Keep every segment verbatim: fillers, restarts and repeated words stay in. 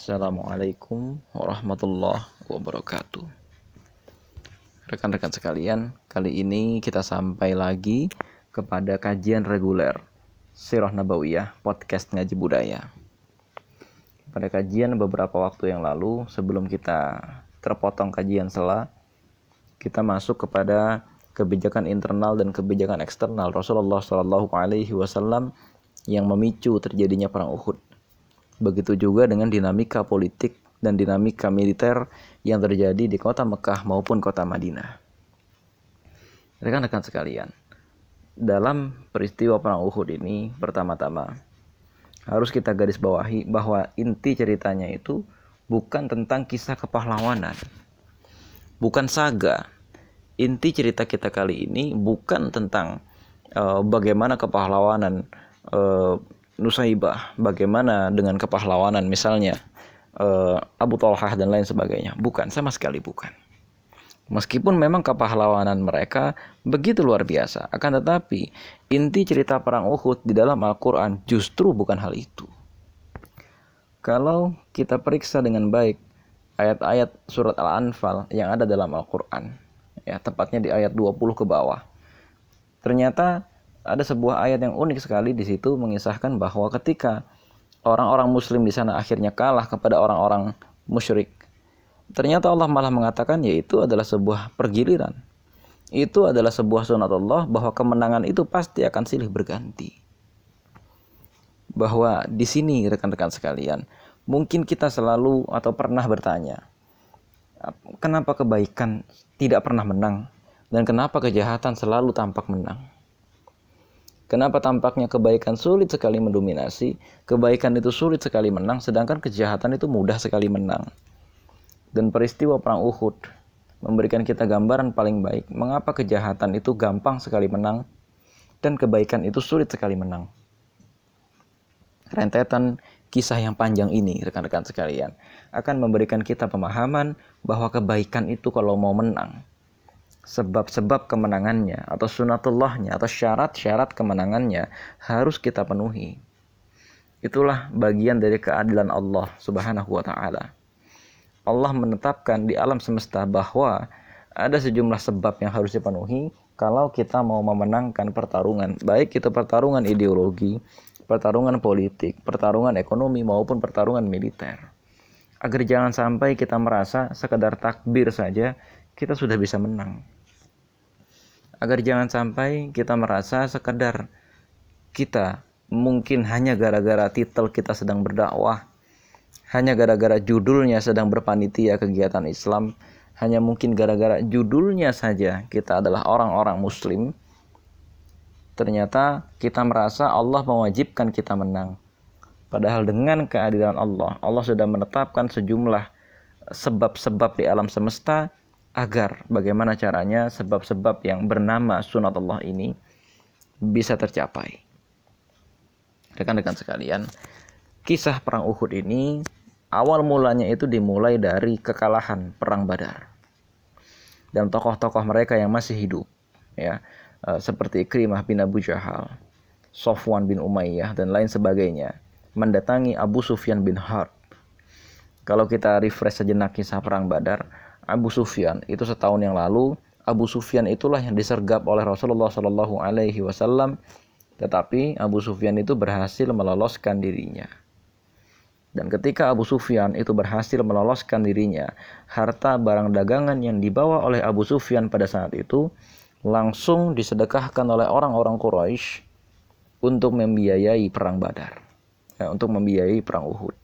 Assalamualaikum warahmatullahi wabarakatuh. Rekan-rekan sekalian, kali ini kita sampai lagi kepada kajian reguler Sirah Nabawiyah Podcast Ngaji Budaya. Pada kajian beberapa waktu yang lalu, sebelum kita terpotong kajian sela, kita masuk kepada kebijakan internal dan kebijakan eksternal Rasulullah shallallahu alaihi wasallam yang memicu terjadinya perang Uhud. Begitu juga dengan dinamika politik dan dinamika militer yang terjadi di kota Mekah maupun kota Madinah. Rekan-rekan sekalian, dalam peristiwa perang Uhud ini, pertama-tama harus kita garis bawahi bahwa inti ceritanya itu bukan tentang kisah kepahlawanan, bukan saga. Inti cerita kita kali ini bukan tentang uh, bagaimana kepahlawanan uh, Nusaibah, bagaimana dengan kepahlawanan misalnya uh, Abu Thalhah dan lain sebagainya. Bukan, sama sekali bukan. Meskipun memang kepahlawanan mereka begitu luar biasa, akan tetapi inti cerita perang Uhud di dalam Al-Quran justru bukan hal itu. Kalau kita periksa dengan baik ayat-ayat surat Al-Anfal yang ada dalam Al-Quran, ya tepatnya di ayat dua puluh ke bawah, ternyata ada sebuah ayat yang unik sekali di situ mengisahkan bahwa ketika orang-orang muslim di sana akhirnya kalah kepada orang-orang musyrik, ternyata Allah malah mengatakan yaitu adalah sebuah pergiliran. Itu adalah sebuah sunat Allah bahwa kemenangan itu pasti akan silih berganti. Bahwa di sini rekan-rekan sekalian, mungkin kita selalu atau pernah bertanya, kenapa kebaikan tidak pernah menang dan kenapa kejahatan selalu tampak menang? Kenapa tampaknya kebaikan sulit sekali mendominasi, kebaikan itu sulit sekali menang, sedangkan kejahatan itu mudah sekali menang. Dan peristiwa perang Uhud memberikan kita gambaran paling baik mengapa kejahatan itu gampang sekali menang dan kebaikan itu sulit sekali menang. Rentetan kisah yang panjang ini, rekan-rekan sekalian, akan memberikan kita pemahaman bahwa kebaikan itu kalau mau menang, sebab-sebab kemenangannya atau sunatullahnya atau syarat-syarat kemenangannya harus kita penuhi. Itulah bagian dari keadilan Allah Subhanahu wa ta'ala. Allah menetapkan di alam semesta bahwa ada sejumlah sebab yang harus dipenuhi kalau kita mau memenangkan pertarungan, baik itu pertarungan ideologi, pertarungan politik, pertarungan ekonomi maupun pertarungan militer. Agar jangan sampai kita merasa sekadar takbir saja kita sudah bisa menang. Agar jangan sampai kita merasa sekedar kita mungkin hanya gara-gara titel kita sedang berdakwah, hanya gara-gara judulnya sedang berpanitia kegiatan Islam, hanya mungkin gara-gara judulnya saja kita adalah orang-orang muslim, ternyata kita merasa Allah mewajibkan kita menang. Padahal dengan keadilan Allah, Allah sudah menetapkan sejumlah sebab-sebab di alam semesta agar bagaimana caranya sebab-sebab yang bernama sunatullah ini bisa tercapai. Rekan-rekan sekalian, kisah perang Uhud ini awal mulanya itu dimulai dari kekalahan perang Badar. Dan tokoh-tokoh mereka yang masih hidup, ya, seperti Ikrimah bin Abu Jahal, Sofwan bin Umayyah dan lain sebagainya, mendatangi Abu Sufyan bin Harb. Kalau kita refresh sejenak kisah perang Badar, Abu Sufyan itu setahun yang lalu, Abu Sufyan itulah yang disergap oleh Rasulullah shallallahu alaihi wasallam, tetapi Abu Sufyan itu berhasil meloloskan dirinya. Dan ketika Abu Sufyan itu berhasil meloloskan dirinya, harta barang dagangan yang dibawa oleh Abu Sufyan pada saat itu langsung disedekahkan oleh orang-orang Quraisy untuk membiayai perang Badar, ya, untuk membiayai perang Uhud.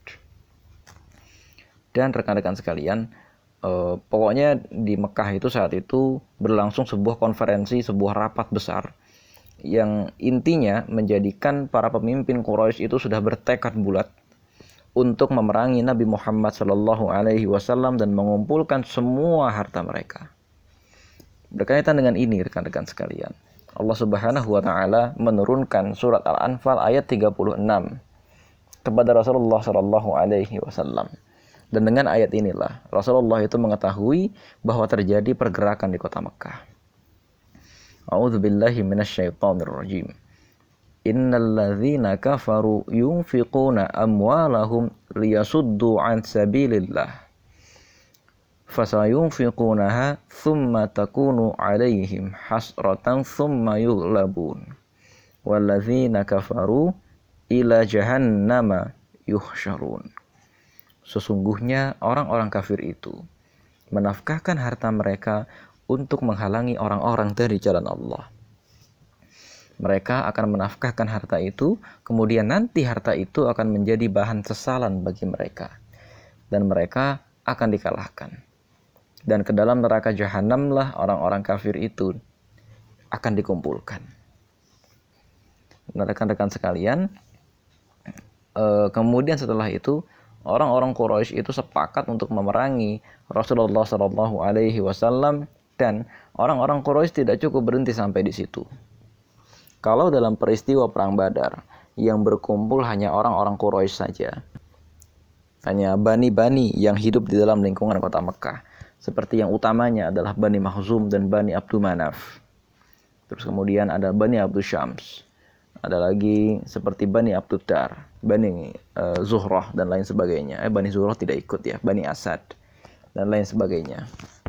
Dan rekan-rekan sekalian, eh, pokoknya di Mekah itu saat itu berlangsung sebuah konferensi, sebuah rapat besar yang intinya menjadikan para pemimpin Quraisy itu sudah bertekad bulat untuk memerangi Nabi Muhammad shallallahu alaihi wasallam dan mengumpulkan semua harta mereka. Berkaitan dengan ini rekan-rekan sekalian, Allah Subhanahu wa taala menurunkan surat Al-Anfal ayat tiga puluh enam kepada Rasulullah shallallahu alaihi wasallam. Dan dengan ayat inilah Rasulullah itu mengetahui bahwa terjadi pergerakan di kota Mekah. A'udzubillahi minasyaitonirrajim. innal ladzina kafaru yunfiquna amwalahum liyasuddu an sabilillah fasayunfiqunaha thumma takunu alaihim hasratan thumma yughlabun walladzina kafaru ila jahannama yuhsyarun. Sesungguhnya orang-orang kafir itu menafkahkan harta mereka untuk menghalangi orang-orang dari jalan Allah. Mereka akan menafkahkan harta itu, kemudian nanti harta itu akan menjadi bahan sesalan bagi mereka. Dan mereka akan dikalahkan. Dan ke dalam neraka jahanamlah orang-orang kafir itu akan dikumpulkan. Nah, rekan-rekan sekalian, eh, kemudian setelah itu, orang-orang Quraisy itu sepakat untuk memerangi Rasulullah shallallahu alaihi wasallam, dan orang-orang Quraisy tidak cukup berhenti sampai di situ. Kalau dalam peristiwa perang Badar yang berkumpul hanya orang-orang Quraisy saja, hanya bani-bani yang hidup di dalam lingkungan kota Mekah, seperti yang utamanya adalah Bani Makhzum dan Bani Abdul Manaf. Terus kemudian ada Bani Abdul Syams, ada lagi seperti Bani Abdul Dar, Bani uh, Zuhrah dan lain sebagainya. Eh, Bani Zuhrah tidak ikut ya, Bani Asad dan lain sebagainya.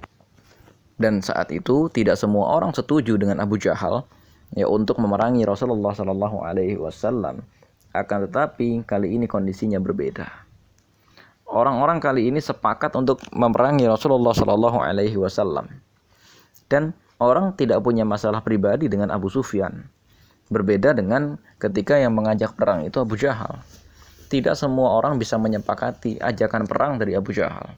Dan saat itu tidak semua orang setuju dengan Abu Jahal ya untuk memerangi Rasulullah Shallallahu Alaihi Wasallam. Akan tetapi kali ini kondisinya berbeda. Orang-orang kali ini sepakat untuk memerangi Rasulullah Shallallahu Alaihi Wasallam. Dan orang tidak punya masalah pribadi dengan Abu Sufyan. Berbeda dengan ketika yang mengajak perang itu Abu Jahal. Tidak semua orang bisa menyepakati ajakan perang dari Abu Jahal.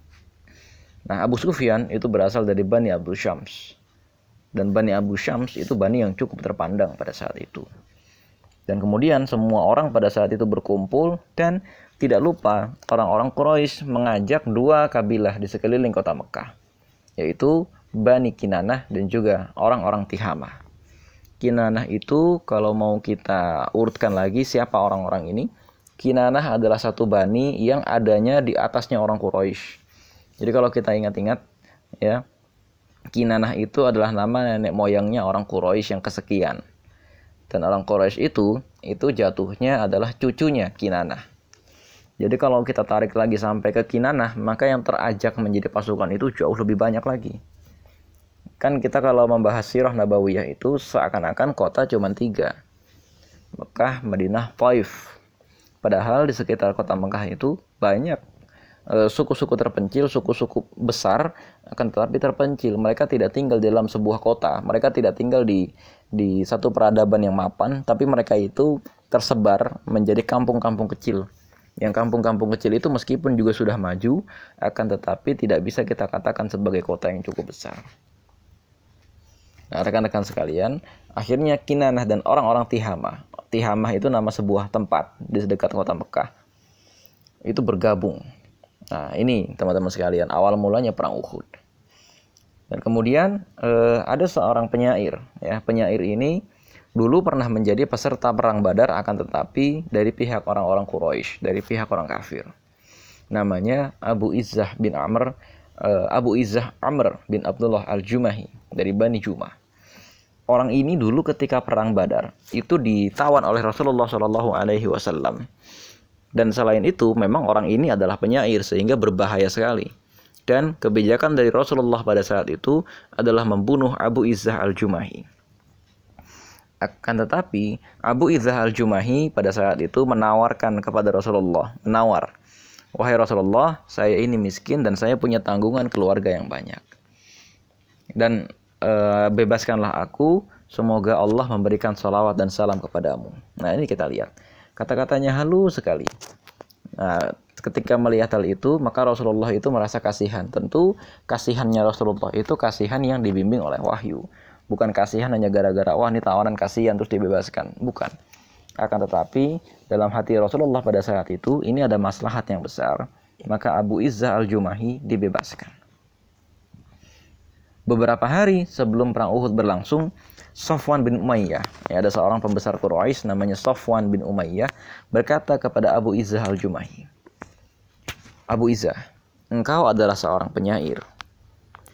Nah, Abu Sufyan itu berasal dari Bani Abdul Syams. Dan Bani Abdul Syams itu bani yang cukup terpandang pada saat itu. Dan kemudian semua orang pada saat itu berkumpul, dan tidak lupa orang-orang Quraisy mengajak dua kabilah di sekeliling kota Mekah, yaitu Bani Kinanah dan juga orang-orang Tihamah. Kinanah itu kalau mau kita urutkan lagi siapa orang-orang ini, Kinanah adalah satu bani yang adanya di atasnya orang Quraisy. Jadi kalau kita ingat-ingat ya, Kinanah itu adalah nama nenek moyangnya orang Quraisy yang kesekian. Dan orang Quraisy itu itu jatuhnya adalah cucunya Kinanah. Jadi kalau kita tarik lagi sampai ke Kinanah, maka yang terajak menjadi pasukan itu jauh lebih banyak lagi. Kan kita kalau membahas sirah nabawiyah itu seakan-akan kota cuma tiga. Mekah, Madinah, Taif. Padahal di sekitar kota Mekah itu banyak e, suku-suku terpencil, suku-suku besar, akan tetapi terpencil. Mereka tidak tinggal di dalam sebuah kota. Mereka tidak tinggal di, di satu peradaban yang mapan, tapi mereka itu tersebar menjadi kampung-kampung kecil. Yang kampung-kampung kecil itu meskipun juga sudah maju, akan tetapi tidak bisa kita katakan sebagai kota yang cukup besar. Nah, rekan-rekan sekalian, akhirnya Kinanah dan orang-orang Tihamah, Tihamah itu nama sebuah tempat di dekat kota Mekah, itu bergabung. Nah, ini teman-teman sekalian, awal mulanya perang Uhud. Dan kemudian eh, ada seorang penyair, ya, penyair ini dulu pernah menjadi peserta perang Badar, akan tetapi dari pihak orang-orang Quraisy, dari pihak orang kafir. Namanya Abu Izzah bin Amr, eh, Abu Izzah Amr bin Abdullah Al-Jumahi dari Bani Jumah. Orang ini dulu ketika perang Badar itu ditawan oleh Rasulullah Shallallahu Alaihi Wasallam. Dan selain itu, memang orang ini adalah penyair sehingga berbahaya sekali. Dan kebijakan dari Rasulullah pada saat itu adalah membunuh Abu Izzah Al-Jumahi. Akan tetapi Abu Izzah Al-Jumahi pada saat itu menawarkan kepada Rasulullah, menawar, wahai Rasulullah, saya ini miskin dan saya punya tanggungan keluarga yang banyak. Dan Uh, bebaskanlah aku, semoga Allah memberikan salawat dan salam kepadamu. Nah, ini kita lihat kata-katanya halus sekali. Nah, ketika melihat hal itu, maka Rasulullah itu merasa kasihan. Tentu kasihannya Rasulullah itu kasihan yang dibimbing oleh wahyu, bukan kasihan hanya gara-gara wah ini tawanan kasihan terus dibebaskan, bukan. Akan tetapi dalam hati Rasulullah pada saat itu ini ada maslahat yang besar, maka Abu Izzah Al-Jumahi dibebaskan. Beberapa hari sebelum perang Uhud berlangsung, Safwan bin Umayyah, ya, ada seorang pembesar Quraisy namanya Safwan bin Umayyah, berkata kepada Abu Izzah Al-Jumahi, Abu Izzah, engkau adalah seorang penyair.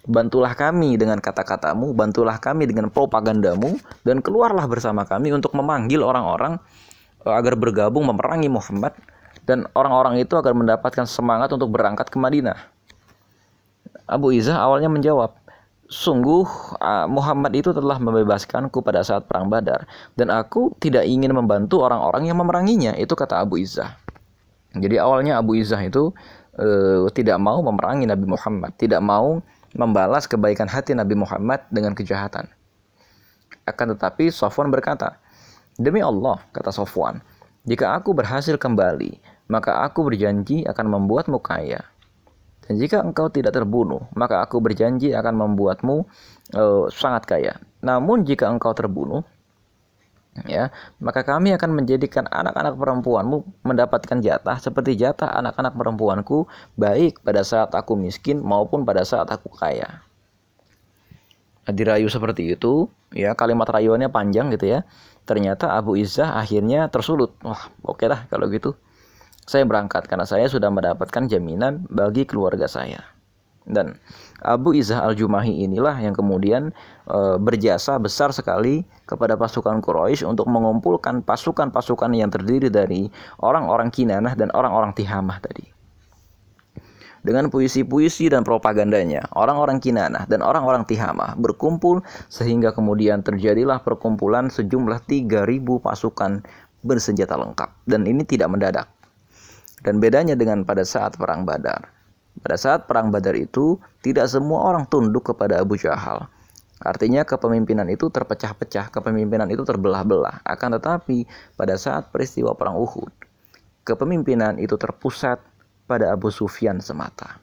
bantulah kami dengan kata-katamu, bantulah kami dengan propagandamu, dan keluarlah bersama kami untuk memanggil orang-orang agar bergabung memerangi Muhammad, dan orang-orang itu agar mendapatkan semangat untuk berangkat ke Madinah. Abu Izzah awalnya menjawab, sungguh Muhammad itu telah membebaskanku pada saat perang Badar, dan aku tidak ingin membantu orang-orang yang memeranginya. Itu kata Abu Izzah. Jadi awalnya Abu Izzah itu eh, tidak mau memerangi Nabi Muhammad, tidak mau membalas kebaikan hati Nabi Muhammad dengan kejahatan. Akan tetapi Safwan berkata, demi Allah, kata Safwan, jika aku berhasil kembali, maka aku berjanji akan membuatmu kaya. Dan jika engkau tidak terbunuh, maka aku berjanji akan membuatmu uh, sangat kaya. Namun jika engkau terbunuh, ya, maka kami akan menjadikan anak-anak perempuanmu mendapatkan jatah seperti jatah anak-anak perempuanku, baik pada saat aku miskin maupun pada saat aku kaya. Nah, dirayu seperti itu, ya, kalimat rayuannya panjang gitu ya. Ternyata Abu Izzah akhirnya tersulut. Wah, oke okay lah kalau gitu. Saya berangkat karena saya sudah mendapatkan jaminan bagi keluarga saya. Dan Abu Izzah al-Jumahi inilah yang kemudian e, berjasa besar sekali kepada pasukan Quraisy untuk mengumpulkan pasukan-pasukan yang terdiri dari orang-orang Kinanah dan orang-orang Tihamah tadi. Dengan puisi-puisi dan propagandanya, orang-orang Kinanah dan orang-orang Tihamah berkumpul sehingga kemudian terjadilah perkumpulan sejumlah tiga ribu pasukan bersenjata lengkap. Dan ini tidak mendadak. Dan bedanya dengan pada saat perang Badar. Pada saat perang Badar itu, tidak semua orang tunduk kepada Abu Jahal. Artinya kepemimpinan itu terpecah-pecah, kepemimpinan itu terbelah-belah. Akan tetapi pada saat peristiwa perang Uhud, kepemimpinan itu terpusat pada Abu Sufyan semata.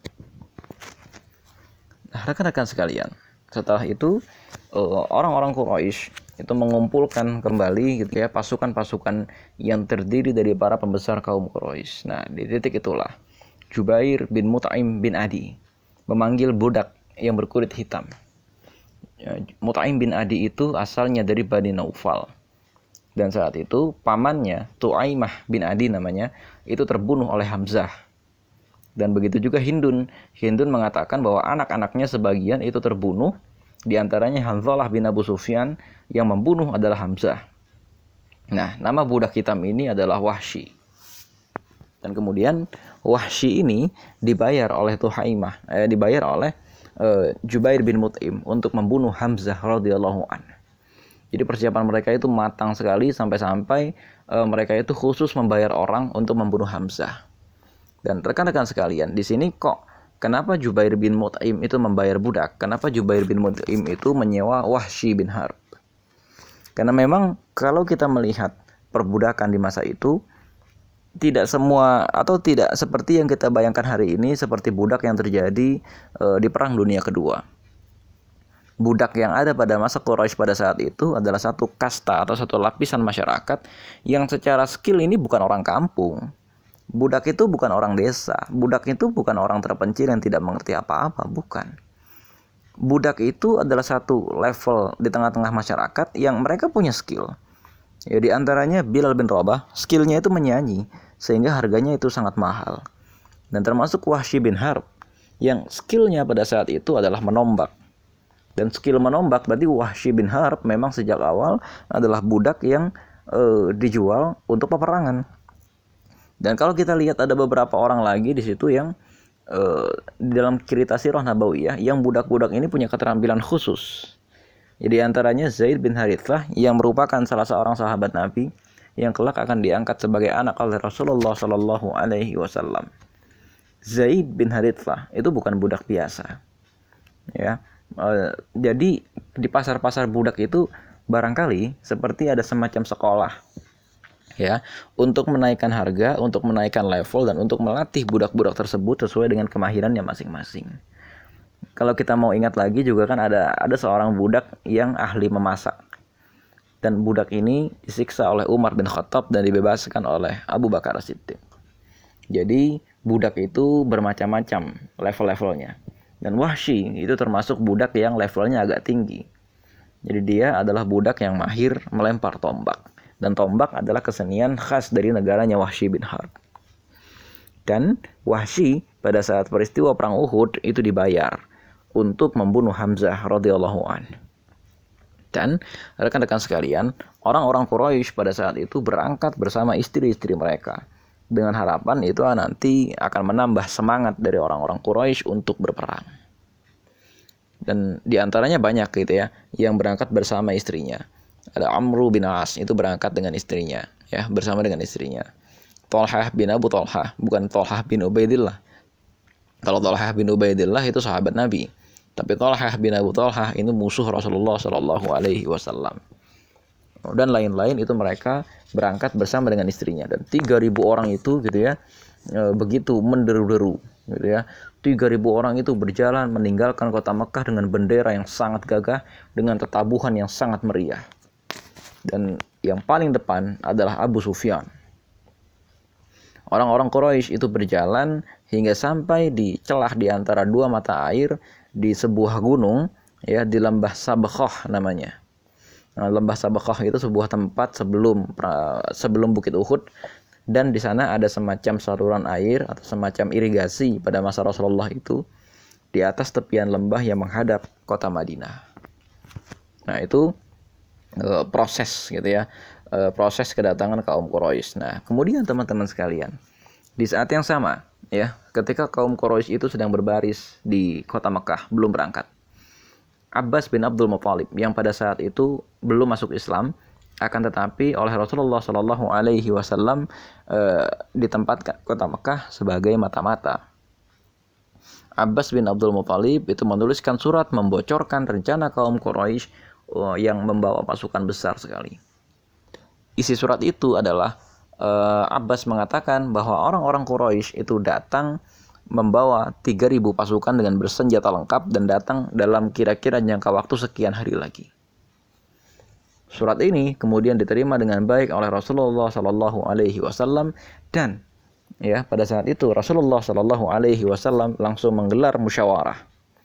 Nah, rekan-rekan sekalian, setelah itu orang-orang Quraisy itu mengumpulkan kembali gitu ya pasukan-pasukan yang terdiri dari para pembesar kaum Quraisy. Nah, di titik itulah Jubair bin Mut'im bin Adi memanggil budak yang berkulit hitam. Ya, Mut'im bin Adi itu asalnya dari Bani Naufal. Dan saat itu pamannya, Tu'aimah bin Adi namanya, itu terbunuh oleh Hamzah. Dan begitu juga Hindun. Hindun mengatakan bahwa anak-anaknya sebagian itu terbunuh. Di antaranya Hanzalah bin Abu Sufyan, yang membunuh adalah Hamzah. Nah, nama budak hitam ini adalah Wahsy. Dan kemudian Wahsy ini dibayar oleh Tuhaimah, eh, dibayar oleh eh, Jubair bin Mut'im untuk membunuh Hamzah radhiyallahu an. Jadi persiapan mereka itu matang sekali sampai-sampai eh, mereka itu khusus membayar orang untuk membunuh Hamzah. Dan rekan-rekan sekalian, di sini kok kenapa Jubair bin Mut'im itu membayar budak? Kenapa Jubair bin Mut'im itu menyewa Wahsy bin Harb? Karena memang kalau kita melihat perbudakan di masa itu, tidak semua atau tidak seperti yang kita bayangkan hari ini seperti budak yang terjadi e, di Perang Dunia Kedua. Budak yang ada pada masa Quraisy pada saat itu adalah satu kasta atau satu lapisan masyarakat yang secara skill ini bukan orang kampung. Budak itu bukan orang desa. Budak itu bukan orang terpencil yang tidak mengerti apa-apa, bukan. Budak itu adalah satu level di tengah-tengah masyarakat yang mereka punya skill. Ya, di antaranya Bilal bin Rabah, skillnya itu menyanyi, sehingga harganya itu sangat mahal. Dan termasuk Wahsy bin Harb, yang skillnya pada saat itu adalah menombak. Dan skill menombak berarti Wahsy bin Harb memang sejak awal adalah budak yang e, dijual untuk peperangan. Dan kalau kita lihat ada beberapa orang lagi di situ yang e, di dalam cerita Sirah Nabawiyah, yang budak-budak ini punya keterampilan khusus. Jadi antaranya Zaid bin Harithah yang merupakan salah seorang sahabat Nabi yang kelak akan diangkat sebagai anak oleh Rasulullah Shallallahu Alaihi Wasallam. Zaid bin Harithah itu bukan budak biasa, ya. E, jadi di pasar-pasar budak itu barangkali seperti ada semacam sekolah, ya, untuk menaikkan harga, untuk menaikkan level dan untuk melatih budak-budak tersebut sesuai dengan kemahirannya masing-masing. Kalau kita mau ingat lagi juga kan ada ada seorang budak yang ahli memasak. Dan budak ini disiksa oleh Umar bin Khattab dan dibebaskan oleh Abu Bakar As-Siddiq. Jadi budak itu bermacam-macam level-levelnya. Dan Wahsy itu termasuk budak yang levelnya agak tinggi. Jadi dia adalah budak yang mahir melempar tombak. Dan tombak adalah kesenian khas dari negaranya Wahsy bin Harb. Dan Wahsy pada saat peristiwa perang Uhud itu dibayar untuk membunuh Hamzah radhiyallahu an. Dan rekan-rekan sekalian, orang-orang Quraisy pada saat itu berangkat bersama istri-istri mereka dengan harapan itu nanti akan menambah semangat dari orang-orang Quraisy untuk berperang. Dan diantaranya banyak gitu ya yang berangkat bersama istrinya. Ada Amru bin As, itu berangkat dengan istrinya, ya, bersama dengan istrinya. Thalhah bin Abu Thalhah, bukan Thalhah bin Ubaidillah. Kalau Thalhah bin Ubaidillah itu sahabat Nabi. Tapi Thalhah bin Abu Thalhah ini musuh Rasulullah Shallallahu Alaihi Wasallam. Dan lain-lain itu mereka berangkat bersama dengan istrinya. Dan tiga ribu orang itu gitu ya, e, begitu menderu-deru gitu ya. tiga ribu orang itu berjalan meninggalkan kota Mekah dengan bendera yang sangat gagah, dengan tetabuhan yang sangat meriah. Dan yang paling depan adalah Abu Sufyan. Orang-orang Quraisy itu berjalan hingga sampai di celah di antara dua mata air di sebuah gunung, ya, di lembah Sabakhah namanya. Nah, lembah Sabakhah itu sebuah tempat sebelum sebelum Bukit Uhud, dan di sana ada semacam saluran air atau semacam irigasi pada masa Rasulullah itu di atas tepian lembah yang menghadap kota Madinah. Nah, itu e, proses gitu ya, e, proses kedatangan kaum Quraisy. Nah, kemudian teman-teman sekalian, di saat yang sama, ya, ketika kaum Quraisy itu sedang berbaris di kota Mekah, belum berangkat, Abbas bin Abdul Muthalib yang pada saat itu belum masuk Islam, akan tetapi oleh Rasulullah Shallallahu Alaihi Wasallam e, ditempatkan kota Mekah sebagai mata-mata. Abbas bin Abdul Muthalib itu menuliskan surat membocorkan rencana kaum Quraisy e, yang membawa pasukan besar sekali. Isi surat itu adalah Uh, Abbas mengatakan bahwa orang-orang Quraisy itu datang membawa tiga ribu pasukan dengan bersenjata lengkap dan datang dalam kira-kira jangka waktu sekian hari lagi. Surat ini kemudian diterima dengan baik oleh Rasulullah Shallallahu Alaihi Wasallam, dan ya pada saat itu Rasulullah Shallallahu Alaihi Wasallam langsung menggelar musyawarah.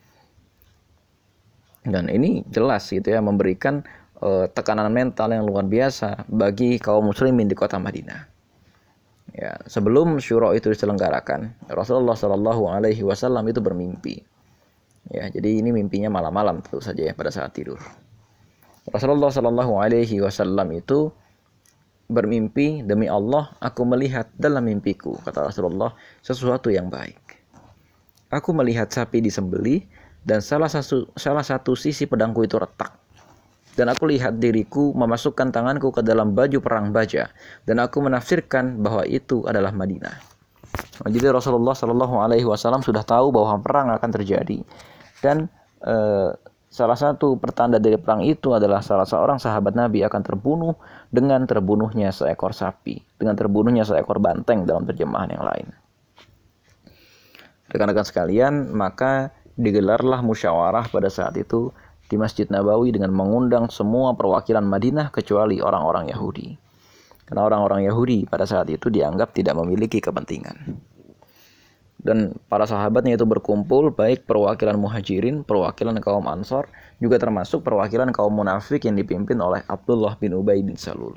Dan ini jelas gitu ya, memberikan tekanan mental yang luar biasa bagi kaum muslimin di kota Madinah. Ya, sebelum syura itu diselenggarakan, Rasulullah Shallallahu Alaihi Wasallam itu bermimpi. Ya, jadi ini mimpinya malam-malam tentu saja ya, pada saat tidur. Rasulullah Shallallahu Alaihi Wasallam itu bermimpi, demi Allah, aku melihat dalam mimpiku, kata Rasulullah, sesuatu yang baik. Aku melihat sapi disembelih dan salah satu salah satu sisi pedangku itu retak. Dan aku lihat diriku memasukkan tanganku ke dalam baju perang baja, dan aku menafsirkan bahwa itu adalah Madinah. Nah, jadi Rasulullah Shallallahu Alaihi Wasallam sudah tahu bahwa perang akan terjadi, dan eh, salah satu pertanda dari perang itu adalah salah seorang sahabat Nabi akan terbunuh dengan terbunuhnya seekor sapi, dengan terbunuhnya seekor banteng dalam terjemahan yang lain. Rekan-rekan sekalian, maka digelarlah musyawarah pada saat itu di Masjid Nabawi dengan mengundang semua perwakilan Madinah kecuali orang-orang Yahudi. Karena orang-orang Yahudi pada saat itu dianggap tidak memiliki kepentingan. Dan para sahabatnya itu berkumpul, baik perwakilan Muhajirin, perwakilan kaum Ansor, juga termasuk perwakilan kaum munafik yang dipimpin oleh Abdullah bin Ubay bin Salul.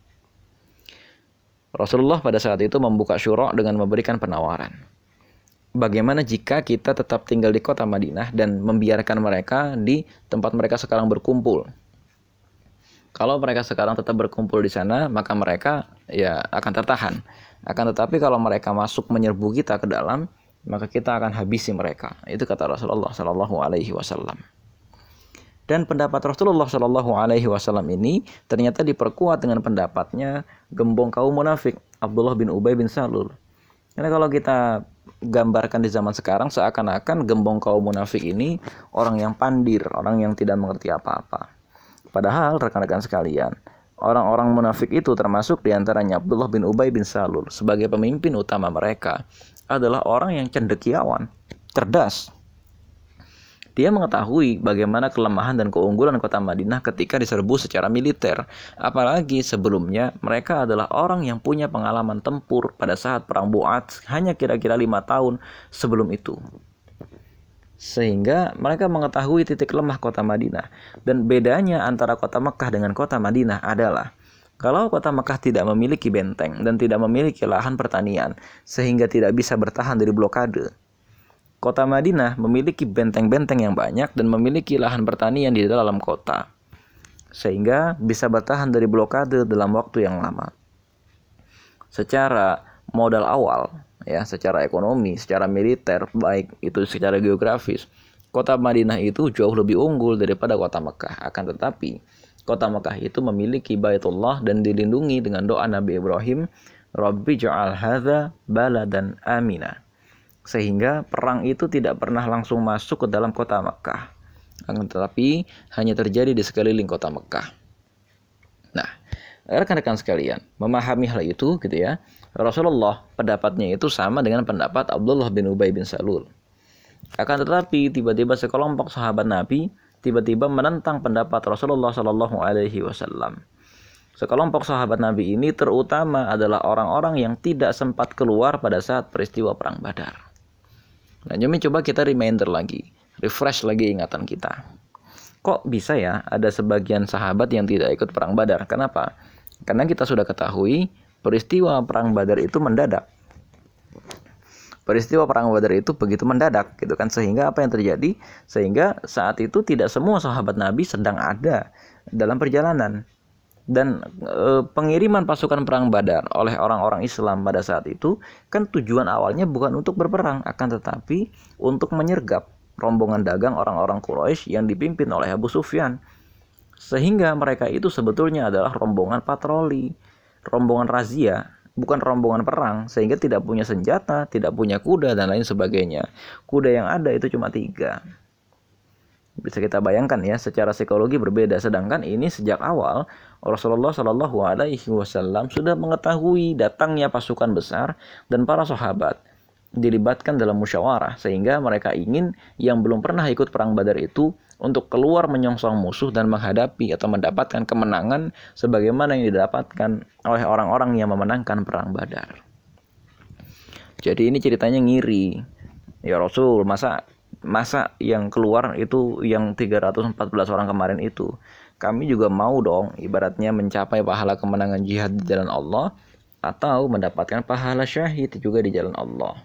Rasulullah pada saat itu membuka syura dengan memberikan penawaran. Bagaimana jika kita tetap tinggal di kota Madinah dan membiarkan mereka di tempat mereka sekarang berkumpul? Kalau mereka sekarang tetap berkumpul di sana, maka mereka ya akan tertahan. Akan tetapi kalau mereka masuk menyerbu kita ke dalam, maka kita akan habisi mereka. Itu kata Rasulullah Shallallahu Alaihi Wasallam. Dan pendapat Rasulullah Shallallahu Alaihi Wasallam ini ternyata diperkuat dengan pendapatnya gembong kaum munafik Abdullah bin Ubay bin Salul. Karena kalau kita gambarkan di zaman sekarang, seakan-akan gembong kaum munafik ini orang yang pandir, orang yang tidak mengerti apa-apa. Padahal rekan-rekan sekalian, orang-orang munafik itu termasuk diantaranya Abdullah bin Ubay bin Salul sebagai pemimpin utama mereka adalah orang yang cendekiawan, cerdas. Dia mengetahui bagaimana kelemahan dan keunggulan kota Madinah ketika diserbu secara militer. Apalagi sebelumnya mereka adalah orang yang punya pengalaman tempur pada saat perang Bu'ats hanya kira-kira lima tahun sebelum itu. Sehingga mereka mengetahui titik lemah kota Madinah. Dan bedanya antara kota Mekah dengan kota Madinah adalah kalau kota Mekah tidak memiliki benteng dan tidak memiliki lahan pertanian sehingga tidak bisa bertahan dari blokade, Kota Madinah memiliki benteng-benteng yang banyak dan memiliki lahan pertanian di dalam kota, sehingga bisa bertahan dari blokade dalam waktu yang lama. Secara modal awal, ya, secara ekonomi, secara militer, baik itu secara geografis, kota Madinah itu jauh lebih unggul daripada kota Mekah. Akan tetapi, kota Mekah itu memiliki Baitullah dan dilindungi dengan doa Nabi Ibrahim, Rabbi ja'al hadza baladan amina. Sehingga perang itu tidak pernah langsung masuk ke dalam kota Mekah. Akan tetapi hanya terjadi di sekeliling kota Mekah. Nah, rekan-rekan sekalian, memahami hal itu gitu ya. Rasulullah pendapatnya itu sama dengan pendapat Abdullah bin Ubay bin Salul. Akan tetapi tiba-tiba sekelompok sahabat Nabi tiba-tiba menentang pendapat Rasulullah Shallallahu Alaihi Wasallam. Sekelompok sahabat Nabi ini terutama adalah orang-orang yang tidak sempat keluar pada saat peristiwa perang Badar. Nah, jadi coba kita reminder lagi, refresh lagi ingatan kita. Kok bisa ya ada sebagian sahabat yang tidak ikut perang Badar? Kenapa? Karena kita sudah ketahui peristiwa perang Badar itu mendadak. Peristiwa perang Badar itu begitu mendadak gitu kan, sehingga apa yang terjadi? Sehingga saat itu tidak semua sahabat Nabi sedang ada dalam perjalanan. Dan e, pengiriman pasukan perang Badar oleh orang-orang Islam pada saat itu kan tujuan awalnya bukan untuk berperang, akan tetapi untuk menyergap rombongan dagang orang-orang Quraisy yang dipimpin oleh Abu Sufyan. Sehingga mereka itu sebetulnya adalah rombongan patroli, rombongan razia, bukan rombongan perang, sehingga tidak punya senjata, tidak punya kuda dan lain sebagainya. Kuda yang ada itu cuma tiga. Bisa kita bayangkan ya, secara psikologi berbeda. Sedangkan ini sejak awal Rasulullah Shallallahu Alaihi Wasallam sudah mengetahui datangnya pasukan besar dan para sahabat dilibatkan dalam musyawarah, sehingga mereka ingin yang belum pernah ikut perang Badar itu untuk keluar menyongsong musuh dan menghadapi atau mendapatkan kemenangan sebagaimana yang didapatkan oleh orang-orang yang memenangkan perang Badar. Jadi ini ceritanya ngiri. Ya Rasul, masa masa yang keluar itu yang tiga ratus empat belas orang kemarin itu. Kami juga mau dong ibaratnya mencapai pahala kemenangan jihad di jalan Allah atau mendapatkan pahala syahid juga di jalan Allah.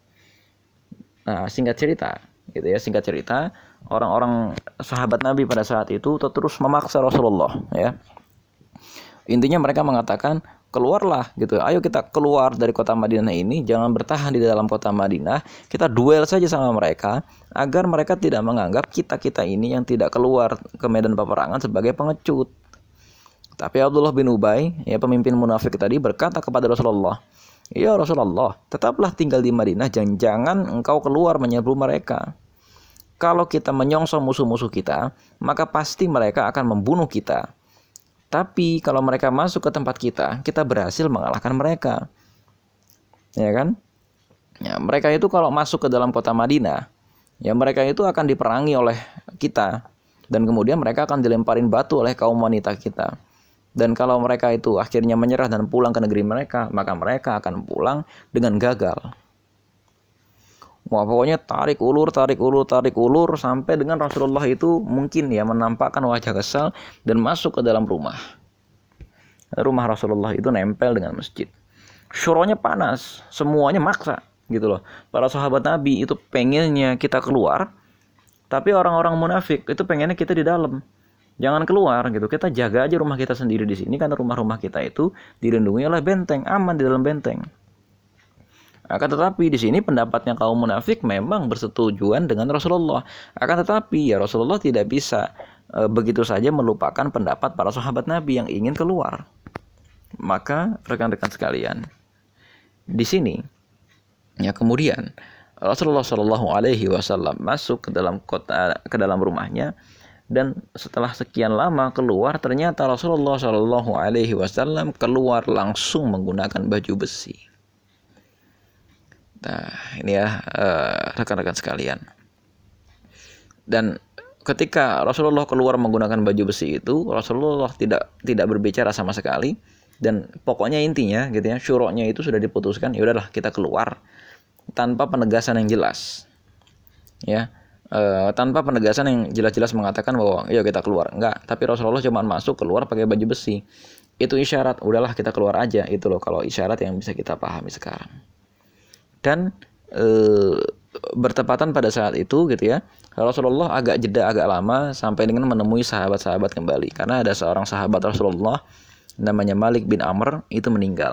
Nah, singkat cerita, gitu ya, singkat cerita, orang-orang sahabat Nabi pada saat itu terus memaksa Rasulullah, ya. Intinya mereka mengatakan, keluarlah gitu. Ayo kita keluar dari kota Madinah ini, jangan bertahan di dalam kota Madinah. Kita duel saja sama mereka agar mereka tidak menganggap kita-kita ini yang tidak keluar ke medan peperangan sebagai pengecut. Tapi Abdullah bin Ubay, ya pemimpin munafik tadi, berkata kepada Rasulullah, "Ya Rasulullah, tetaplah tinggal di Madinah, jangan engkau keluar menyerbu mereka. Kalau kita menyongsong musuh-musuh kita, maka pasti mereka akan membunuh kita. Tapi kalau mereka masuk ke tempat kita, kita berhasil mengalahkan mereka." Ya kan? Ya, mereka itu kalau masuk ke dalam kota Madinah, ya mereka itu akan diperangi oleh kita. Dan kemudian mereka akan dilemparin batu oleh kaum wanita kita. Dan kalau mereka itu akhirnya menyerah dan pulang ke negeri mereka, maka mereka akan pulang dengan gagal. Wah, pokoknya tarik ulur, tarik ulur, tarik ulur sampai dengan Rasulullah itu mungkin ya menampakkan wajah kesal dan masuk ke dalam rumah. Rumah Rasulullah itu nempel dengan masjid. Syuronya panas, semuanya maksa gitu loh. Para sahabat Nabi itu pengennya kita keluar, tapi orang-orang munafik itu pengennya kita di dalam. Jangan keluar gitu. Kita jaga aja rumah kita sendiri di sini karena rumah-rumah kita itu dilindungi oleh benteng, aman di dalam benteng. Akan tetapi di sini pendapatnya kaum munafik memang bersetujuan dengan Rasulullah. Akan tetapi ya Rasulullah tidak bisa e, begitu saja melupakan pendapat para sahabat Nabi yang ingin keluar. Maka rekan-rekan sekalian, di sini ya kemudian Rasulullah Shallallahu Alaihi Wasallam masuk ke dalam kota, ke dalam rumahnya. Dan setelah sekian lama keluar, ternyata Rasulullah Shallallahu Alaihi Wasallam keluar langsung menggunakan baju besi. Nah, ini ya uh, rekan-rekan sekalian. Dan ketika Rasulullah keluar menggunakan baju besi itu, Rasulullah tidak tidak berbicara sama sekali. Dan pokoknya intinya, gitu ya, syuroknya itu sudah diputuskan. Ya udahlah kita keluar tanpa penegasan yang jelas, ya. Uh, tanpa penegasan yang jelas-jelas mengatakan bahwa ayo kita keluar, enggak. Tapi Rasulullah cuma masuk keluar pakai baju besi. Itu isyarat, udahlah kita keluar aja. Itu loh kalau isyarat yang bisa kita pahami sekarang. Dan uh, bertepatan pada saat itu gitu ya, Rasulullah agak jeda agak lama sampai dengan menemui sahabat-sahabat kembali, karena ada seorang sahabat Rasulullah namanya Malik bin Amr itu meninggal.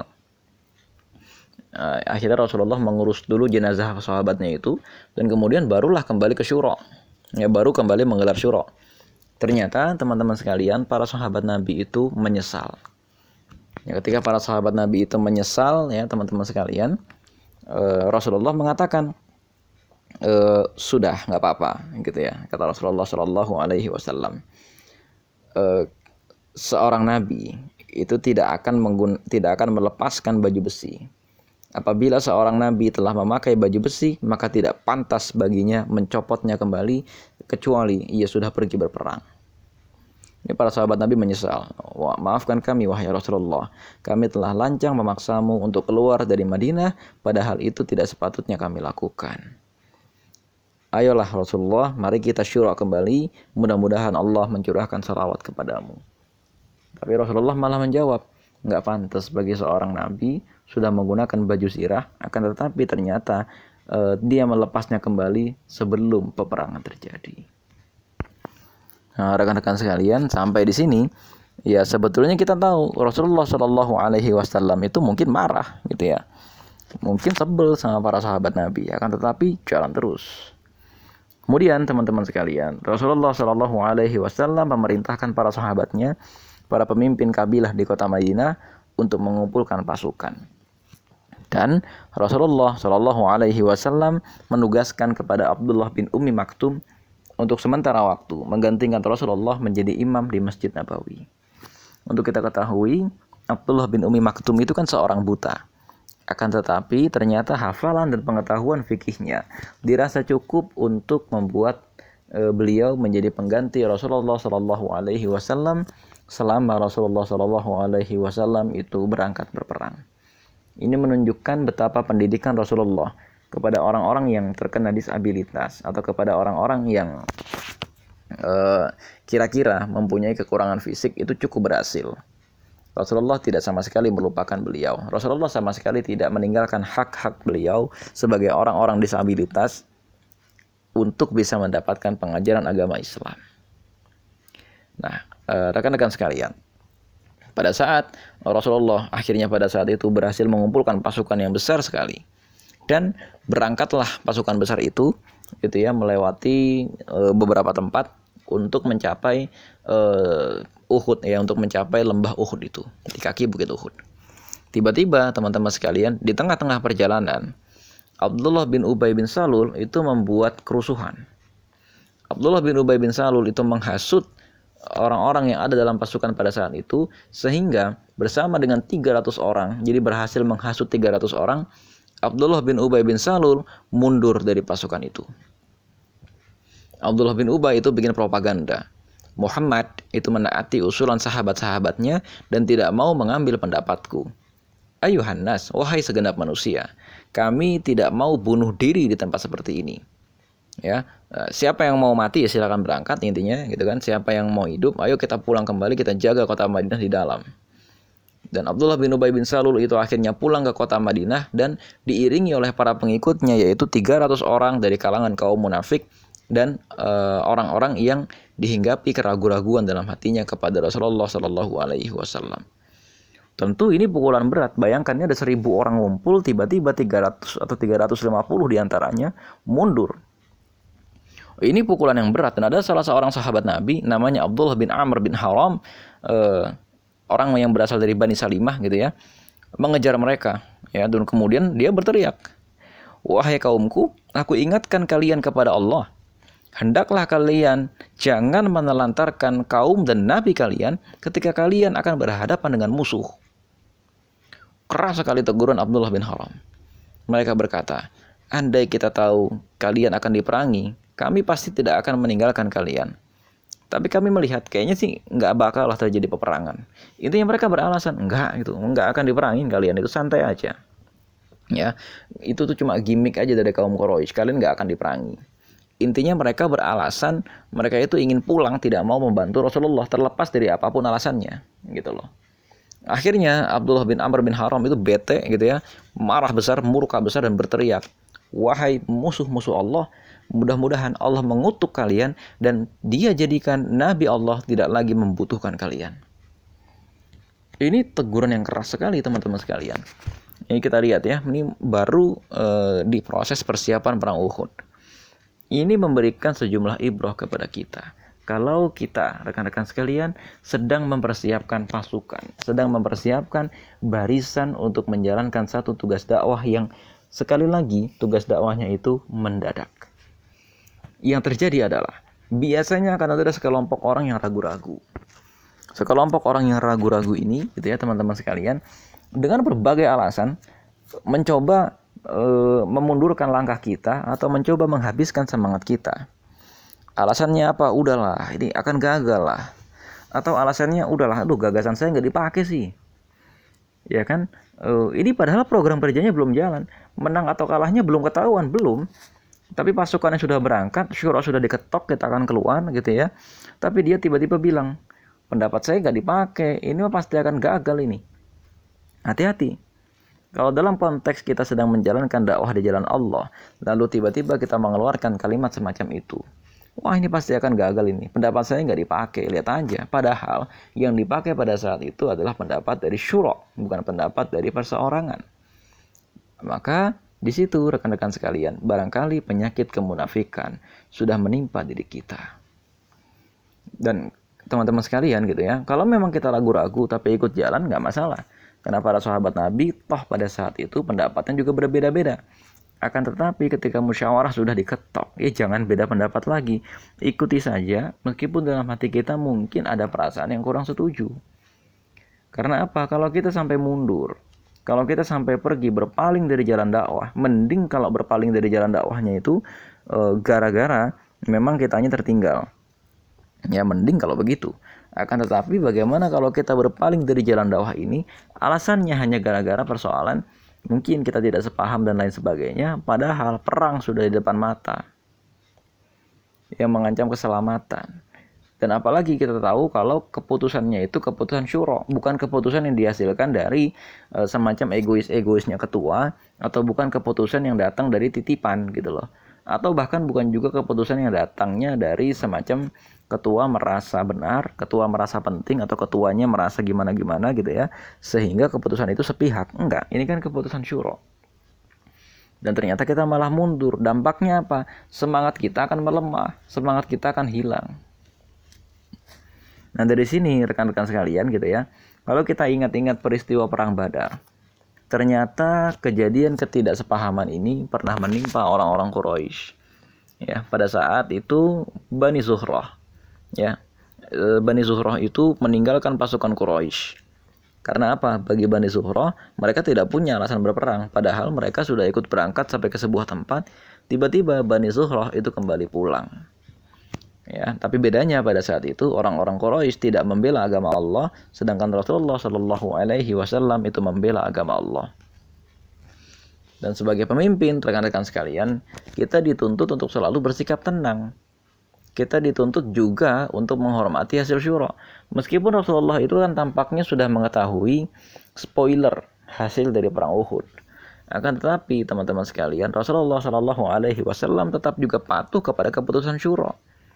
Nah, akhirnya Rasulullah mengurus dulu jenazah sahabatnya itu, dan kemudian barulah kembali ke syura. Ya, baru kembali menggelar syura. Ternyata teman-teman sekalian, para sahabat Nabi itu menyesal. Ya, ketika para sahabat Nabi itu menyesal, ya teman-teman sekalian, eh, Rasulullah mengatakan, e, sudah nggak apa-apa, gitu ya, kata Rasulullah Shallallahu Alaihi Wasallam. E, seorang nabi itu tidak akan menggun tidak akan melepaskan baju besi. Apabila seorang nabi telah memakai baju besi, maka tidak pantas baginya mencopotnya kembali kecuali ia sudah pergi berperang. Ini para sahabat Nabi menyesal. Wah, maafkan kami wahai Rasulullah, kami telah lancang memaksamu untuk keluar dari Madinah, padahal itu tidak sepatutnya kami lakukan. Ayolah Rasulullah, mari kita syura kembali, mudah-mudahan Allah mencurahkan salawat kepadamu. Tapi Rasulullah malah menjawab, nggak pantas bagi seorang nabi sudah menggunakan baju sirah, akan tetapi ternyata eh, dia melepasnya kembali sebelum peperangan terjadi. Nah, rekan-rekan sekalian, sampai di sini ya sebetulnya kita tahu Rasulullah Shallallahu Alaihi Wasallam itu mungkin marah gitu ya, mungkin sebel sama para sahabat Nabi, akan tetapi jalan terus. Kemudian teman-teman sekalian, Rasulullah Shallallahu Alaihi Wasallam memerintahkan para sahabatnya, para pemimpin kabilah di kota Madinah untuk mengumpulkan pasukan. Dan Rasulullah Shallallahu Alaihi Wasallam menugaskan kepada Abdullah bin Ummi Maktum untuk sementara waktu menggantikan Rasulullah menjadi imam di Masjid Nabawi. Untuk kita ketahui, Abdullah bin Ummi Maktum itu kan seorang buta. Akan tetapi ternyata hafalan dan pengetahuan fikihnya dirasa cukup untuk membuat e, beliau menjadi pengganti Rasulullah Shallallahu Alaihi Wasallam selama Rasulullah Shallallahu Alaihi Wasallam itu berangkat berperang. Ini menunjukkan betapa pendidikan Rasulullah kepada orang-orang yang terkena disabilitas atau kepada orang-orang yang e, kira-kira mempunyai kekurangan fisik itu cukup berhasil. Rasulullah tidak sama sekali melupakan beliau. Rasulullah sama sekali tidak meninggalkan hak-hak beliau sebagai orang-orang disabilitas untuk bisa mendapatkan pengajaran agama Islam. Nah, e, rekan-rekan sekalian, pada saat Rasulullah akhirnya pada saat itu berhasil mengumpulkan pasukan yang besar sekali, dan berangkatlah pasukan besar itu gitu ya melewati e, beberapa tempat untuk mencapai e, Uhud ya, untuk mencapai lembah Uhud itu, di kaki bukit Uhud. Tiba-tiba teman-teman sekalian, di tengah-tengah perjalanan Abdullah bin Ubay bin Salul itu membuat kerusuhan. Abdullah bin Ubay bin Salul itu menghasut orang-orang yang ada dalam pasukan pada saat itu, sehingga bersama dengan tiga ratus orang, jadi berhasil menghasut tiga ratus orang, Abdullah bin Ubay bin Salul mundur dari pasukan itu. Abdullah bin Ubay itu bikin propaganda. Muhammad itu menaati usulan sahabat-sahabatnya dan tidak mau mengambil pendapatku. Ayuhan nas, wahai segenap manusia, kami tidak mau bunuh diri di tempat seperti ini. Ya, siapa yang mau mati ya silakan berangkat, intinya gitu kan. Siapa yang mau hidup, ayo kita pulang kembali, kita jaga kota Madinah di dalam. Dan Abdullah bin Ubay bin Salul itu akhirnya pulang ke kota Madinah dan diiringi oleh para pengikutnya, yaitu tiga ratus orang dari kalangan kaum munafik dan uh, orang-orang yang dihinggapi keraguan-raguan dalam hatinya kepada Rasulullah Shallallahu Alaihi Wasallam. Tentu ini pukulan berat. Bayangkan ada seribu orang ngumpul, tiba-tiba tiga ratus atau tiga ratus lima puluh diantaranya mundur. Ini pukulan yang berat. Dan ada salah seorang sahabat Nabi namanya Abdullah bin Amr bin Haram, uh, orang yang berasal dari Bani Salimah gitu ya, mengejar mereka. Ya, dan kemudian dia berteriak, wahai kaumku, aku ingatkan kalian kepada Allah. Hendaklah kalian jangan menelantarkan kaum dan nabi kalian ketika kalian akan berhadapan dengan musuh. Keras sekali teguran Abdullah bin Haram. Mereka berkata, andai kita tahu kalian akan diperangi, kami pasti tidak akan meninggalkan kalian. Tapi kami melihat kayaknya sih nggak bakal lah terjadi peperangan. Intinya mereka beralasan, enggak gitu, nggak akan diperangin kalian, itu santai aja. Ya, itu tuh cuma gimmick aja dari kaum Quraisy, kalian nggak akan diperangi. Intinya mereka beralasan mereka itu ingin pulang, tidak mau membantu Rasulullah terlepas dari apapun alasannya, gitu loh. Akhirnya Abdullah bin Amr bin Haram itu bete gitu ya, marah besar, murka besar dan berteriak, wahai musuh-musuh Allah, mudah-mudahan Allah mengutuk kalian dan Dia jadikan Nabi Allah tidak lagi membutuhkan kalian. Ini teguran yang keras sekali teman-teman sekalian. Ini kita lihat ya, ini baru e, di proses persiapan perang Uhud. Ini memberikan sejumlah ibrah kepada kita. Kalau kita, rekan-rekan sekalian, sedang mempersiapkan pasukan, sedang mempersiapkan barisan untuk menjalankan satu tugas dakwah yang sekali lagi tugas dakwahnya itu mendadak. Yang terjadi adalah biasanya akan ada sekelompok orang yang ragu-ragu. Sekelompok orang yang ragu-ragu ini, gitu ya teman-teman sekalian, dengan berbagai alasan mencoba e, memundurkan langkah kita atau mencoba menghabiskan semangat kita. Alasannya apa? Udahlah, ini akan gagal lah. Atau alasannya udahlah, aduh gagasan saya nggak dipakai sih. Ya kan? Uh, ini padahal program kerjanya belum jalan. Menang atau kalahnya belum ketahuan, belum. Tapi pasukannya sudah berangkat, syura sudah diketok, kita akan keluar gitu ya. Tapi dia tiba-tiba bilang, pendapat saya nggak dipakai, ini pasti akan gagal ini. Hati-hati. Kalau dalam konteks kita sedang menjalankan dakwah di jalan Allah, lalu tiba-tiba kita mengeluarkan kalimat semacam itu, wah ini pasti akan gagal ini. Pendapat saya nggak dipakai, lihat aja. Padahal yang dipakai pada saat itu adalah pendapat dari syura, bukan pendapat dari perseorangan. Maka di situ rekan-rekan sekalian, barangkali penyakit kemunafikan sudah menimpa diri kita. Dan teman-teman sekalian gitu ya, kalau memang kita ragu-ragu tapi ikut jalan nggak masalah. Karena para sahabat Nabi, toh pada saat itu pendapatnya juga berbeda-beda. Akan tetapi ketika musyawarah sudah diketok, ya jangan beda pendapat lagi. Ikuti saja, meskipun dalam hati kita mungkin ada perasaan yang kurang setuju. Karena apa? Kalau kita sampai mundur, kalau kita sampai pergi berpaling dari jalan dakwah, mending kalau berpaling dari jalan dakwahnya itu e, gara-gara memang kitanya tertinggal. Ya mending kalau begitu. Akan tetapi bagaimana kalau kita berpaling dari jalan dakwah ini, alasannya hanya gara-gara persoalan mungkin kita tidak sepaham dan lain sebagainya, padahal perang sudah di depan mata yang mengancam keselamatan. Dan apalagi kita tahu kalau keputusannya itu keputusan syura, bukan keputusan yang dihasilkan dari e, semacam egois-egoisnya ketua, atau bukan keputusan yang datang dari titipan gitu loh. Atau bahkan bukan juga keputusan yang datangnya dari semacam ketua merasa benar, ketua merasa penting, atau ketuanya merasa gimana-gimana gitu ya, sehingga keputusan itu sepihak. Enggak, ini kan keputusan syura. Dan ternyata kita malah mundur. Dampaknya apa? Semangat kita akan melemah, semangat kita akan hilang. Nah dari sini rekan-rekan sekalian gitu ya, kalau kita ingat-ingat peristiwa perang Badar, ternyata kejadian ketidaksepahaman ini pernah menimpa orang-orang Quraisy. Ya, pada saat itu Bani Zuhrah, ya, Bani Zuhrah itu meninggalkan pasukan Quraisy. Karena apa? Bagi Bani Zuhrah, mereka tidak punya alasan berperang, padahal mereka sudah ikut berangkat sampai ke sebuah tempat. Tiba-tiba Bani Zuhrah itu kembali pulang. Ya, tapi bedanya pada saat itu orang-orang Quraisy tidak membela agama Allah, sedangkan Rasulullah Shallallahu Alaihi Wasallam itu membela agama Allah. Dan sebagai pemimpin, rekan-rekan sekalian, kita dituntut untuk selalu bersikap tenang. Kita dituntut juga untuk menghormati hasil syura. Meskipun Rasulullah itu kan tampaknya sudah mengetahui spoiler hasil dari perang Uhud. Akan tetapi teman-teman sekalian, Rasulullah Shallallahu Alaihi Wasallam tetap juga patuh kepada keputusan syura.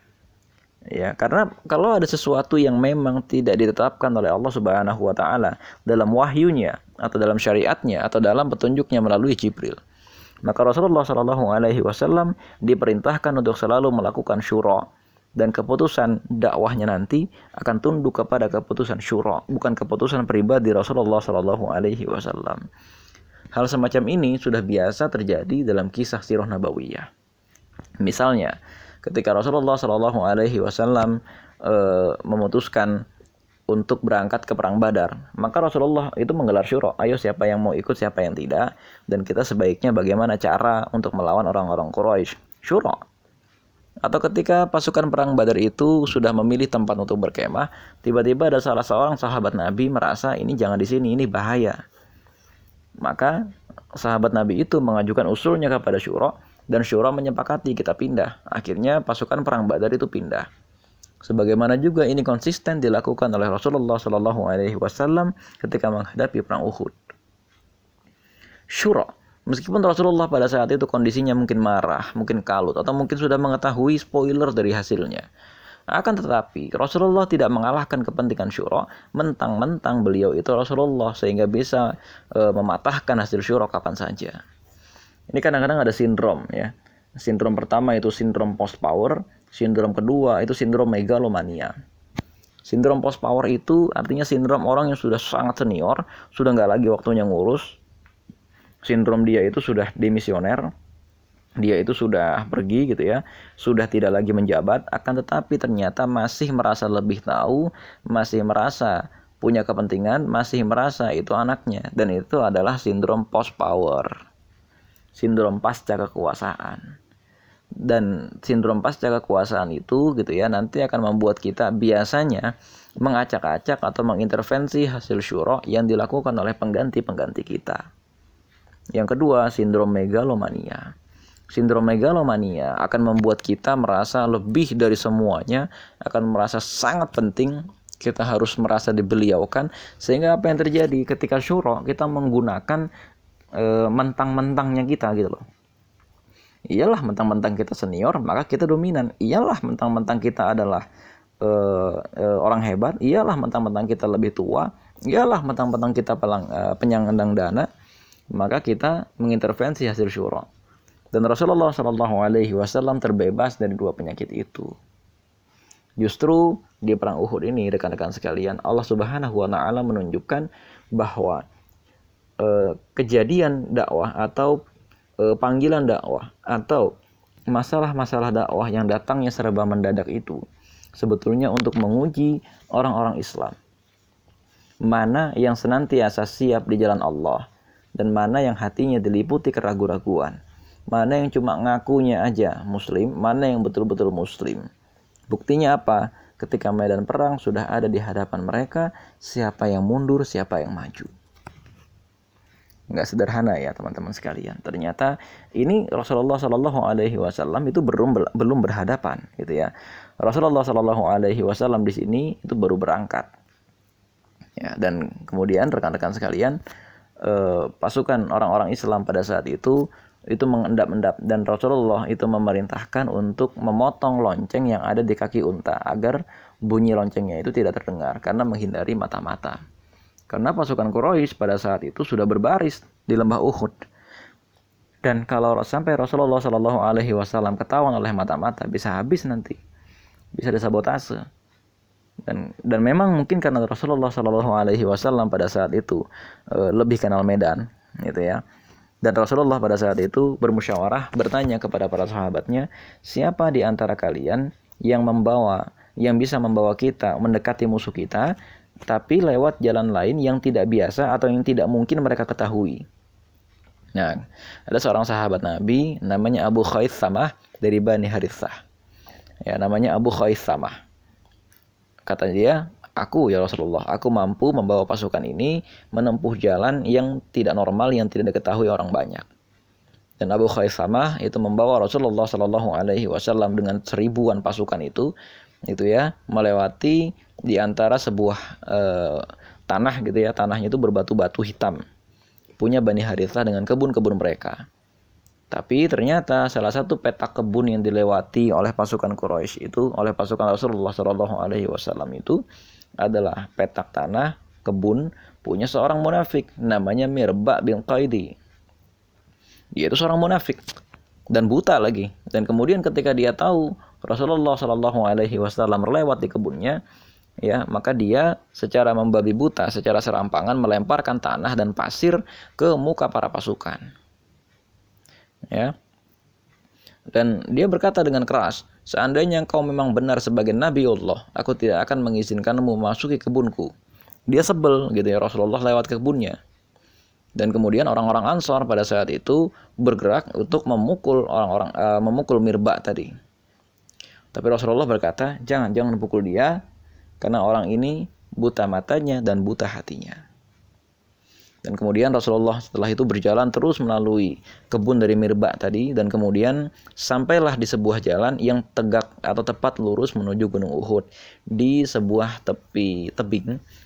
Ya, karena kalau ada sesuatu yang memang tidak ditetapkan oleh Allah Subhanahu wa taala dalam wahyunya atau dalam syariatnya atau dalam petunjuknya melalui Jibril, maka Rasulullah Shallallahu alaihi wasallam diperintahkan untuk selalu melakukan syura, dan keputusan dakwahnya nanti akan tunduk kepada keputusan syura, bukan keputusan pribadi Rasulullah Shallallahu alaihi wasallam. Hal semacam ini sudah biasa terjadi dalam kisah sirah nabawiyah. Misalnya ketika Rasulullah Shallallahu Alaihi Wasallam e, memutuskan untuk berangkat ke perang Badar, maka Rasulullah itu menggelar syura. Ayo siapa yang mau ikut, siapa yang tidak, dan kita sebaiknya bagaimana cara untuk melawan orang-orang Quraisy. Syura. Atau ketika pasukan perang Badar itu sudah memilih tempat untuk berkemah, tiba-tiba ada salah seorang sahabat Nabi merasa ini jangan di sini, ini bahaya. Maka sahabat Nabi itu mengajukan usulnya kepada syura, dan syura menyepakati kita pindah. Akhirnya pasukan perang Badar itu pindah. Sebagaimana juga ini konsisten dilakukan oleh Rasulullah Shallallahu Alaihi Wasallam ketika menghadapi perang Uhud. Syura Meskipun Rasulullah pada saat itu kondisinya mungkin marah, mungkin kalut, atau mungkin sudah mengetahui spoiler dari hasilnya. Akan tetapi Rasulullah tidak mengalahkan kepentingan syura, mentang-mentang beliau itu Rasulullah sehingga bisa e, mematahkan hasil syura kapan saja. Ini kadang-kadang ada sindrom ya. Sindrom pertama itu sindrom post power, sindrom kedua itu sindrom megalomania. Sindrom post power itu artinya sindrom orang yang sudah sangat senior, sudah nggak lagi waktunya ngurus. Sindrom dia itu sudah demisioner, dia itu sudah pergi gitu ya, sudah tidak lagi menjabat, akan tetapi ternyata masih merasa lebih tahu, masih merasa punya kepentingan, masih merasa itu anaknya, dan itu adalah sindrom post power, sindrom pasca kekuasaan. Dan sindrom pasca kekuasaan itu gitu ya nanti akan membuat kita biasanya mengacak-acak atau mengintervensi hasil syura yang dilakukan oleh pengganti-pengganti kita. Yang kedua, sindrom megalomania. Sindrom megalomania akan membuat kita merasa lebih dari semuanya, akan merasa sangat penting, kita harus merasa dibeliaukan, sehingga apa yang terjadi ketika syura kita menggunakan e, mentang-mentangnya kita gitu loh. Iyalah mentang-mentang kita senior, maka kita dominan. Iyalah mentang-mentang kita adalah e, e, orang hebat. Iyalah mentang-mentang kita lebih tua. Iyalah mentang-mentang kita pelang, e, penyandang dana, maka kita mengintervensi hasil syura. Dan Rasulullah Shallallahu Alaihi Wasallam terbebas dari dua penyakit itu. Justru di perang Uhud ini, rekan-rekan sekalian, Allah Subhanahu Wa Taala menunjukkan bahwa e, kejadian dakwah atau e, panggilan dakwah atau masalah-masalah dakwah yang datangnya serba mendadak itu sebetulnya untuk menguji orang-orang Islam. Mana yang senantiasa siap di jalan Allah, dan mana yang hatinya diliputi keraguan-raguan, mana yang cuma ngakunya aja muslim, mana yang betul-betul muslim. Buktinya apa? Ketika medan perang sudah ada di hadapan mereka, siapa yang mundur, siapa yang maju. Nggak sederhana ya teman-teman sekalian. Ternyata ini Rasulullah Shallallahu Alaihi Wasallam itu belum belum berhadapan gitu ya. Rasulullah Shallallahu Alaihi Wasallam di sini itu baru berangkat. Ya, dan kemudian rekan-rekan sekalian, Eh, pasukan orang-orang Islam pada saat itu itu mengendap-endap, dan Rasulullah itu memerintahkan untuk memotong lonceng yang ada di kaki unta agar bunyi loncengnya itu tidak terdengar karena menghindari mata-mata. Karena pasukan Quraisy pada saat itu sudah berbaris di lembah Uhud, dan kalau sampai Rasulullah Shallallahu Alaihi Wasallam ketahuan oleh mata-mata, bisa habis nanti, bisa disabotase. Dan dan memang mungkin karena Rasulullah Shallallahu Alaihi Wasallam pada saat itu e, lebih kenal medan, gitu ya. Dan Rasulullah pada saat itu bermusyawarah, bertanya kepada para sahabatnya, siapa di antara kalian yang membawa, yang bisa membawa kita mendekati musuh kita, tapi lewat jalan lain yang tidak biasa atau yang tidak mungkin mereka ketahui. Nah, ada seorang sahabat Nabi namanya Abu Khaitsamah dari Bani Harithah. Ya, namanya Abu Khaitsamah. Kata dia, aku ya Rasulullah, aku mampu membawa pasukan ini menempuh jalan yang tidak normal, yang tidak diketahui orang banyak. Dan Abu Khaitsamah itu membawa Rasulullah Shallallahu Alaihi Wasallam dengan seribuan pasukan itu, itu ya, melewati di antara sebuah eh, tanah gitu ya, tanahnya itu berbatu-batu hitam, punya Bani Harithah dengan kebun-kebun mereka. Tapi ternyata salah satu petak kebun yang dilewati oleh pasukan Quraisy itu, oleh pasukan Rasulullah Shallallahu Alaihi Wasallam itu adalah petak tanah kebun punya seorang munafik namanya Mirba bin Qaidi. Dia itu seorang munafik dan buta lagi. Dan kemudian ketika dia tahu Rasulullah Shallallahu Alaihi Wasallam melewat di kebunnya, ya maka dia secara membabi buta, secara serampangan melemparkan tanah dan pasir ke muka para pasukan. Ya, dan dia berkata dengan keras, seandainya engkau memang benar sebagai Nabi Allah, aku tidak akan mengizinkanmu memasuki kebunku. Dia sebel gitu ya, Rasulullah lewat ke kebunnya. Dan kemudian orang-orang Ansar pada saat itu bergerak untuk memukul orang-orang uh, memukul Mirba tadi. Tapi Rasulullah berkata, jangan jangan pukul dia, karena orang ini buta matanya dan buta hatinya. Dan kemudian Rasulullah setelah itu berjalan terus melalui kebun dari Mirba tadi, dan kemudian sampailah di sebuah jalan yang tegak atau tepat lurus menuju Gunung Uhud. Di sebuah tepi tebing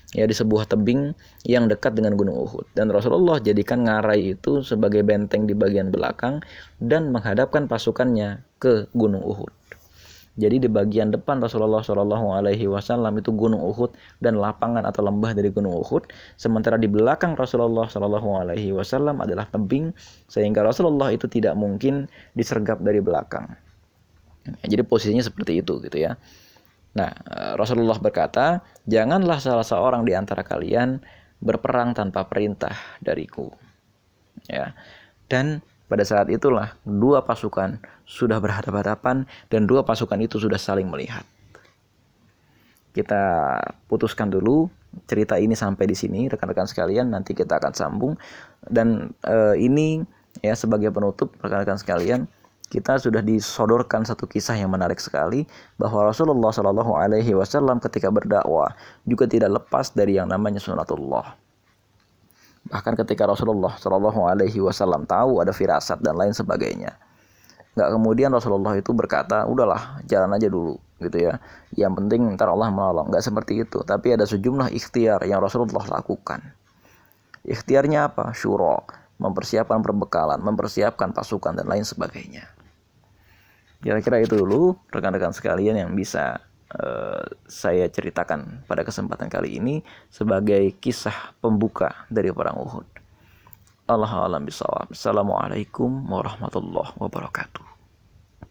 ya di sebuah tebing yang dekat dengan Gunung Uhud, dan Rasulullah jadikan ngarai itu sebagai benteng di bagian belakang dan menghadapkan pasukannya ke Gunung Uhud. Jadi di bagian depan Rasulullah Shallallahu Alaihi Wasallam itu Gunung Uhud dan lapangan atau lembah dari Gunung Uhud, sementara di belakang Rasulullah Shallallahu Alaihi Wasallam adalah tebing, sehingga Rasulullah itu tidak mungkin disergap dari belakang. Jadi posisinya seperti itu gitu ya. Nah, Rasulullah berkata, janganlah salah seorang di antara kalian berperang tanpa perintah dariku. Ya, dan pada saat itulah dua pasukan sudah berhadapan-hadapan dan dua pasukan itu sudah saling melihat. Kita putuskan dulu cerita ini sampai di sini, rekan-rekan sekalian. Nanti kita akan sambung. Dan e, ini ya sebagai penutup, rekan-rekan sekalian, kita sudah disodorkan satu kisah yang menarik sekali, bahwa Rasulullah Shallallahu Alaihi Wasallam ketika berdakwah juga tidak lepas dari yang namanya sunatullah. Bahkan ketika Rasulullah Shallallahu Alaihi Wasallam tahu ada firasat dan lain sebagainya, nggak kemudian Rasulullah itu berkata, udahlah jalan aja dulu gitu ya, yang penting ntar Allah menolong. Nggak seperti itu, tapi ada sejumlah ikhtiar yang Rasulullah lakukan. Ikhtiarnya apa? Syura, mempersiapkan perbekalan, mempersiapkan pasukan dan lain sebagainya. Kira-kira itu dulu rekan-rekan sekalian yang bisa Uh, saya ceritakan pada kesempatan kali ini sebagai kisah pembuka dari perang Uhud. Allahu a'lam bishawab. Assalamualaikum warahmatullahi wabarakatuh.